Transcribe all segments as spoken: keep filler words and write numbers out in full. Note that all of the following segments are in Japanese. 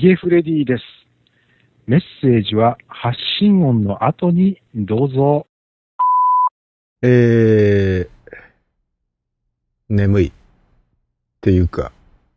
ゲフレディです。メッセージは発信音の後にどうぞ。 えー、眠いっていうか、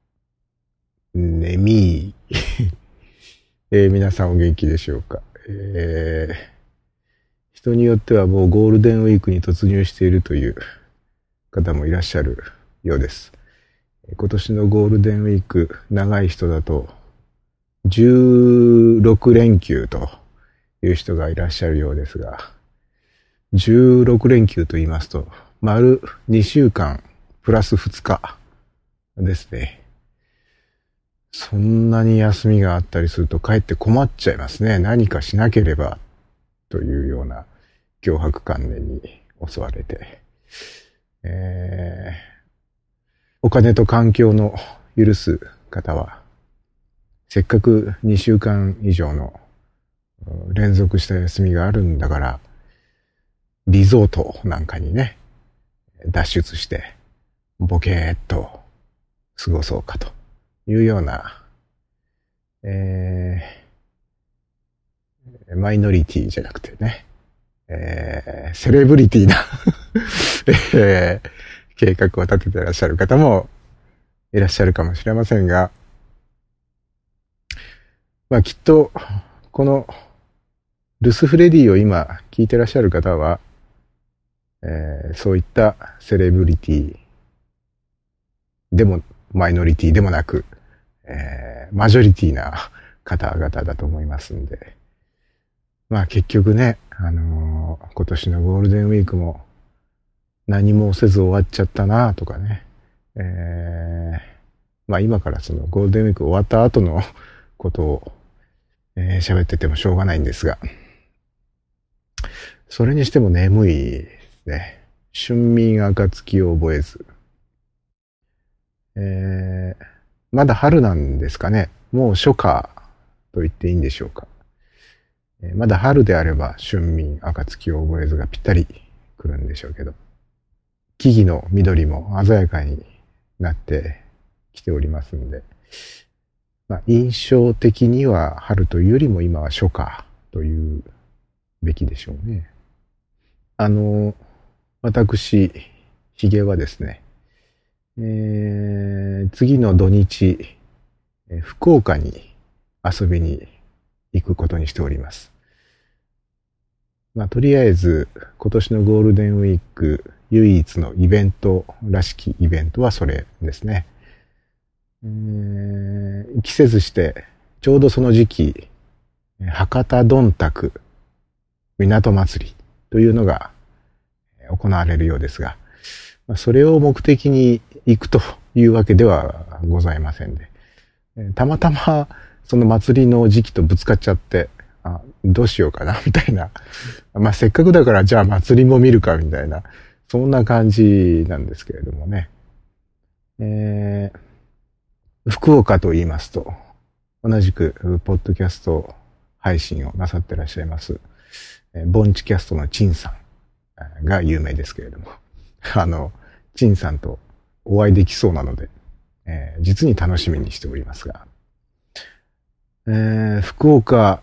眠い、えー、皆さんお元気でしょうか。えー、人によってはもうゴールデンウィークに突入しているという方もいらっしゃるようです。今年のゴールデンウィーク、長い人だとじゅうろくれんきゅうという人がいらっしゃるようですが、じゅうろくれんきゅうと言いますと、丸にしゅうかんプラスふつかですね。そんなに休みがあったりするとかえって困っちゃいますね。何かしなければというような強迫観念に襲われて、えー、お金と環境の許す方は、せっかくにしゅうかん以上の連続した休みがあるんだから、リゾートなんかにね、脱出して、ボケーっと過ごそうかというような、えー、マイノリティじゃなくてね、えー、セレブリティな、えー、計画を立てていらっしゃる方もいらっしゃるかもしれませんが、まあきっと、このルスフレディを今聞いてらっしゃる方は、えー、そういったセレブリティでもマイノリティでもなく、えー、マジョリティな方々だと思いますんで、まあ結局ね、あのー、今年のゴールデンウィークも何もせず終わっちゃったなとかね、えー、まあ今からそのゴールデンウィーク終わった後のことをえー、喋っててもしょうがないんですが、それにしても眠いですね。春眠暁を覚えず。えー、まだ春なんですかね。もう初夏と言っていいんでしょうか。えー、まだ春であれば春眠暁を覚えずがぴったり来るんでしょうけど、木々の緑も鮮やかになってきておりますんで、まあ、印象的には春というよりも今は初夏というべきでしょうね。あの、私、ヒゲはですね、えー、次の土日、福岡に遊びに行くことにしております。まあ、とりあえず今年のゴールデンウィーク唯一のイベントらしきイベントはそれですね。えー、季節してちょうどその時期博多どんたく港祭りというのが行われるようですが、それを目的に行くというわけではございませんで、たまたまその祭りの時期とぶつかっちゃって、あ、どうしようかなみたいな、まあせっかくだからじゃあ祭りも見るかみたいな、そんな感じなんですけれどもね。えー福岡と言いますと、同じく、ポッドキャスト配信をなさってらっしゃいます、ボンチキャストのチンさんが有名ですけれども、あの、チンさんとお会いできそうなので、えー、実に楽しみにしておりますが、えー、福岡、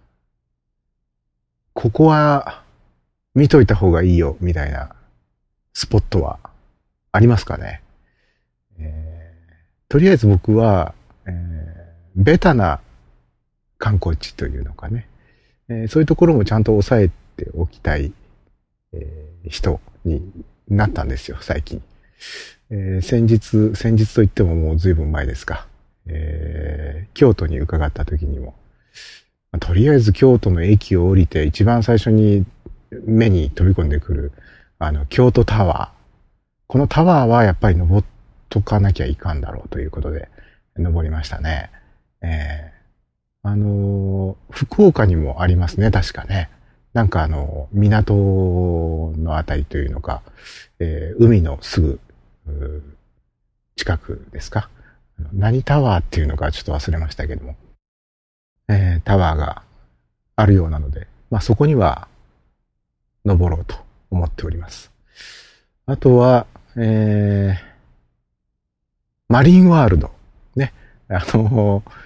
ここは見といた方がいいよ、みたいなスポットはありますかね。えーとりあえず僕は、えー、ベタな観光地というのかね、えー、そういうところもちゃんと抑えておきたい、えー、人になったんですよ、最近。えー、先日、先日といってももう随分前ですか。えー、京都に伺った時にも、とりあえず京都の駅を降りて一番最初に目に飛び込んでくる、あの、京都タワー。このタワーはやっぱり登ってとかなきゃいかんだろうということで登りましたね。えー、あのー、福岡にもありますね、確かね。なんかあの、港のあたりというのか、えー、海のすぐ近くですか。何タワーっていうのかちょっと忘れましたけども、えー、タワーがあるようなので、まあそこには登ろうと思っております。あとは、えーマリンワールド。ね。あの、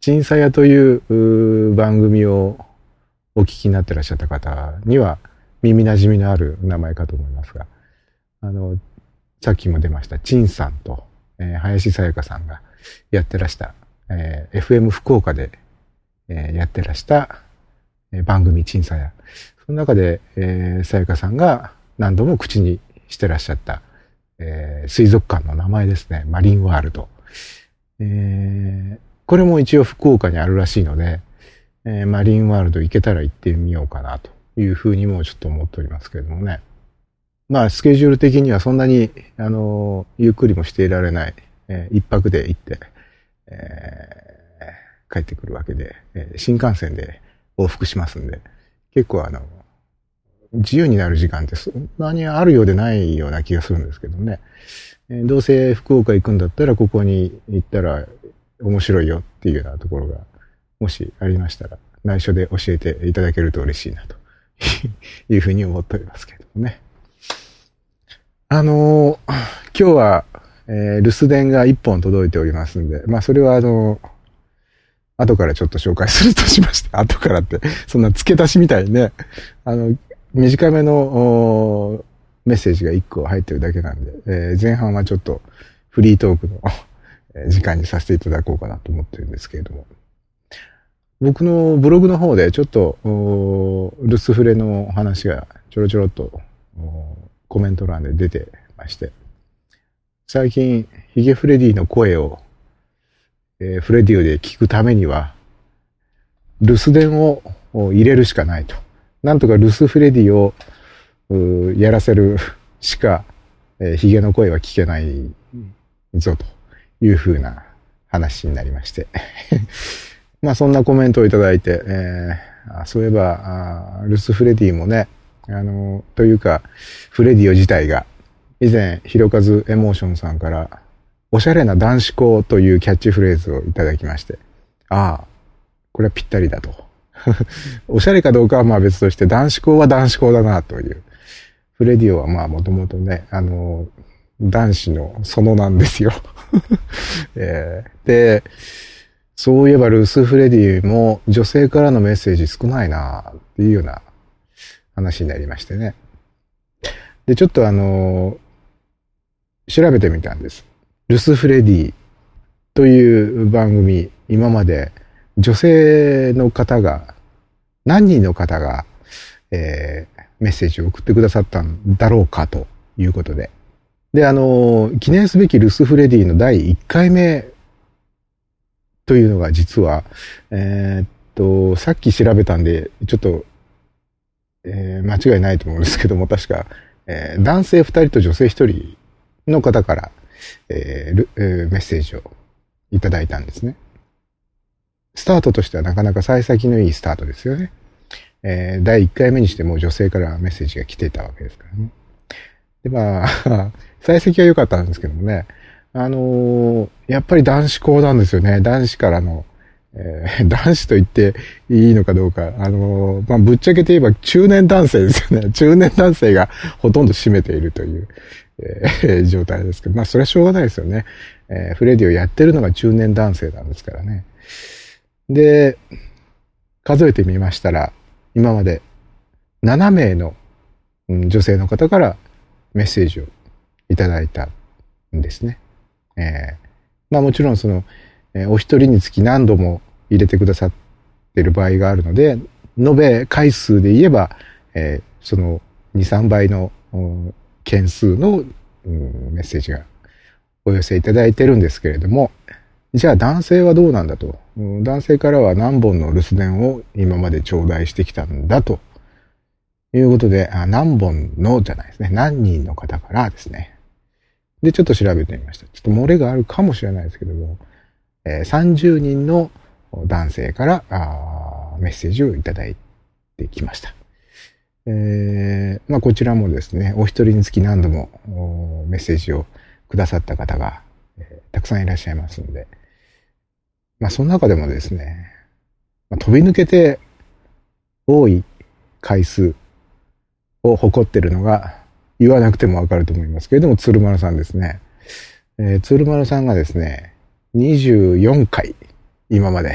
チンサヤという番組をお聞きになってらっしゃった方には耳馴染みのある名前かと思いますが、あの、さっきも出ましたチンさんと、えー、林さやかさんがやってらした、えー、エフエム 福岡で、えー、やってらした、えー、番組チンサヤ。その中で、えー、さやかさんが何度も口にしてらっしゃった、えー、水族館の名前ですね。マリンワールド。えー、これも一応福岡にあるらしいので、えー、マリンワールド行けたら行ってみようかなというふうにもちょっと思っておりますけれどもね。まあスケジュール的にはそんなに、あのー、ゆっくりもしていられない、えー、一泊で行って、えー、帰ってくるわけで、えー、新幹線で往復しますんで、結構あの、自由になる時間ってそんなにあるようでないような気がするんですけどね。えー、どうせ福岡行くんだったらここに行ったら面白いよっていうようなところがもしありましたら内緒で教えていただけると嬉しいなというふうに思っておりますけれどもね。あのー、今日は、えー、留守電が一本届いておりますんで、まあそれはあのー、後からちょっと紹介するとしまして、後からってそんな付け足しみたいにね、あの、短めのメッセージが一個入ってるだけなんで、えー、前半はちょっとフリートークの時間にさせていただこうかなと思ってるんですけれども。僕のブログの方でちょっとルスフレの話がちょろちょろっとコメント欄で出てまして、最近ヒゲフレディの声を、えー、フレディオで聞くためには留守電を入れるしかないと。なんとかルスフレディをやらせるしか、えー、ヒゲの声は聞けないぞというふうな話になりましてまあそんなコメントをいただいて、えー、そういえばルスフレディもね、あのというかフレディオ自体が以前ひろかずエモーションさんからおしゃれな男子校というキャッチフレーズをいただきまして、ああこれはぴったりだとおしゃれかどうかはまあ別として男子校は男子校だなという。フレディオはまあもともとね、あの男子の園なんですよ、えー、でそういえばルスフレディも女性からのメッセージ少ないなっていうような話になりましてね。でちょっとあの調べてみたんです。ルスフレディという番組、今まで女性の方が何人の方が、えー、メッセージを送ってくださったんだろうかということで。で、あの、記念すべきルスフレディのだいいっかいめというのが実は、えー、っと、さっき調べたんで、ちょっと、えー、間違いないと思うんですけども、確か、えー、男性ふたりと女性ひとりの方から、えーえー、メッセージをいただいたんですね。スタートとしてはなかなか幸先のいいスタートですよね。えー、だいいっかいめにしてもう女性からメッセージが来ていたわけですからね。で、まあ、幸先は良かったんですけどもね、あのー、やっぱり男子校なんですよね。男子からの、えー、男子と言っていいのかどうか。あのー、まあ、ぶっちゃけて言えば中年男性ですよね。中年男性がほとんど占めているという、えー、状態ですけど、まあ、それはしょうがないですよね。えー、フレディをやってるのが中年男性なんですからね。で、数えてみましたら、今までななめいの女性の方からメッセージをいただいたんですね。えー、まあもちろんその、えー、お一人につき何度も入れてくださっている場合があるので、延べ回数で言えば、えー、そのに、さんばいの件数の、うん、メッセージがお寄せいただいてるんですけれども、じゃあ男性はどうなんだと。男性からは何本の留守電を今まで頂戴してきたんだということで、あ何本のじゃないですね。何人の方からですね。で、ちょっと調べてみました。ちょっと漏れがあるかもしれないですけども、えー、さんじゅうにんの男性からあメッセージをいただいてきました。えー、まあこちらもですね、お一人につき何度もメッセージをくださった方が、えー、たくさんいらっしゃいますので、まあその中でもですね、まあ、飛び抜けて多い回数を誇っているのが、言わなくてもわかると思いますけれども、鶴丸さんですね。えー、鶴丸さんがですね、にじゅうよんかい今まで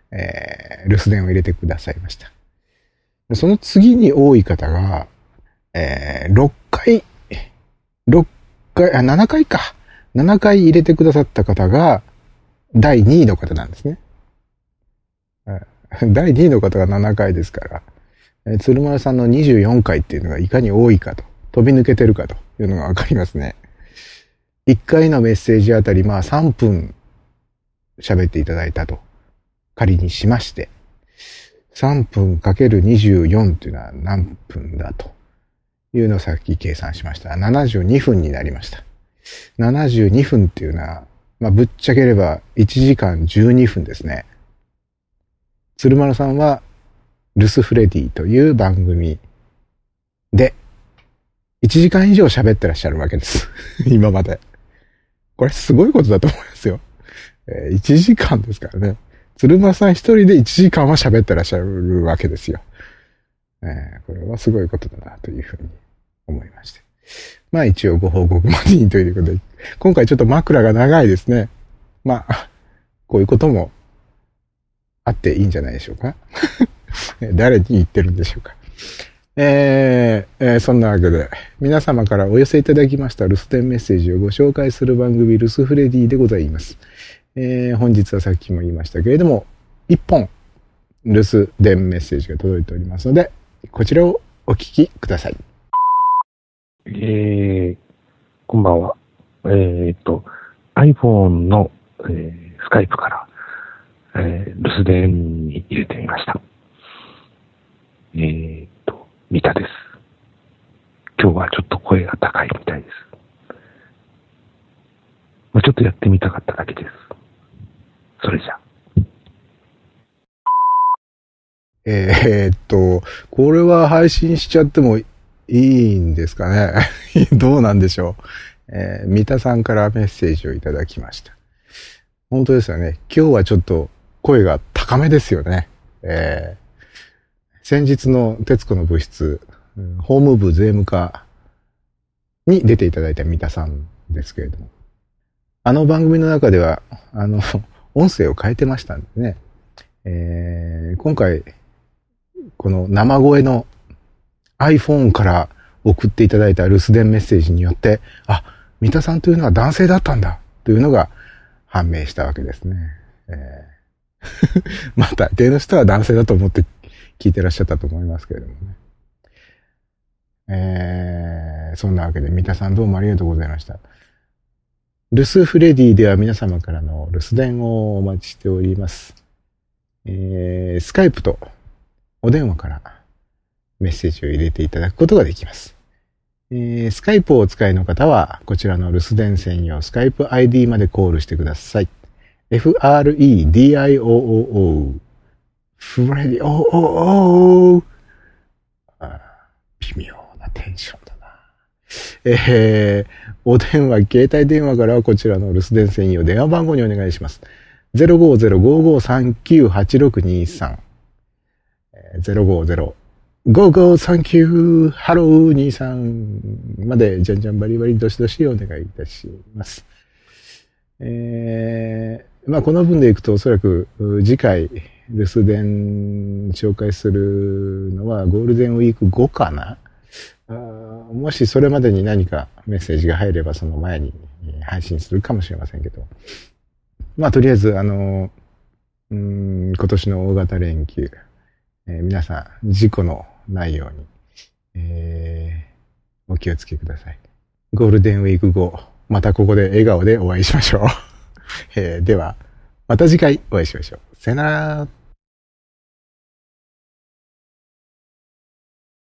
えー、留守電を入れてくださいました。その次に多い方が、えー、ろっかい、ろっかい、あ、ななかいか。ななかい入れてくださった方が、だいにいの方なんですね。だいにいの方がななかいですから、えー、鶴丸さんのにじゅうよんかいっていうのがいかに多いかと、飛び抜けてるかというのがわかりますね。いっかいのメッセージあたり、まあさんぷん喋っていただいたと、仮にしまして、さんぷんかけるにじゅうよんというのは何分だというのをさっき計算しました。ななじゅうにふんになりました。ななじゅうにふんっていうのは、まあ、ぶっちゃければいちじかんじゅうにふんですね。鶴丸さんは、ルスフレディという番組で、いちじかん以上喋ってらっしゃるわけです。今まで。これすごいことだと思いますよ。えー、いちじかんですからね。鶴丸さん一人でいちじかんは喋ってらっしゃるわけですよ。えー、これはすごいことだなというふうに思いまして。まあ一応ご報告までにということで、今回ちょっと枕が長いですね。まあ、こういうこともあっていいんじゃないでしょうか。誰に言ってるんでしょうか。えーえー、そんなわけで、皆様からお寄せいただきました留守電メッセージをご紹介する番組、ルスフレディでございます。えー、本日はさっきも言いましたけれども、一本、留守電メッセージが届いておりますので、こちらをお聞きください。 えー、こんばんは。えー、っと、iPhone の、えー、スカイプから、えー、留守電に入れてみました。えー、っと、三田です。今日はちょっと声が高いみたいです。まあ、ちょっとやってみたかっただけです。それじゃ。 えー、っと、これは配信しちゃってもいいんですかね。どうなんでしょう。えー、三田さんからメッセージをいただきました。本当ですよね。今日はちょっと声が高めですよね。えー、先日の徹子の部室、法務部税務課に出ていただいた三田さんですけれども、あの番組の中では、あの、音声を変えてましたんでね。えー、今回、この生声の iPhone から送っていただいた留守電メッセージによって、あ、三田さんというのは男性だったんだというのが判明したわけですね。えー、まあ大抵の人は男性だと思って聞いてらっしゃったと思いますけれどもね。えー、そんなわけで三田さんどうもありがとうございました。留守フレディでは皆様からの留守電をお待ちしております。えー、スカイプとお電話からメッセージを入れていただくことができます。えー、スカイプをお使いの方は、こちらの留守電専用スカイプ アイディー までコールしてください。エフアールイーディーアイオーオーオー フレディオーオーオーあ微妙なテンションだな。えー、お電話、携帯電話からはこちらの留守電専用電話番号にお願いします。ゼロごーゼロ ごーごーさんきゅうはちろくにさん ゼロごーゼロ ごーごーさんきゅうハローにさんまでじゃんじゃんバリバリどしどしお願いいたします。えー、まあこの分でいくとおそらく次回留守電紹介するのはゴールデンウィーク後かな。あもしそれまでに何かメッセージが入ればその前に配信するかもしれませんけど。まあとりあえずあの、うーん今年の大型連休、えー、皆さん事故のないように、えー、お気をつけください。ゴールデンウィーク後、またここで笑顔でお会いしましょう。えー、では、また次回お会いしましょう。さよなら。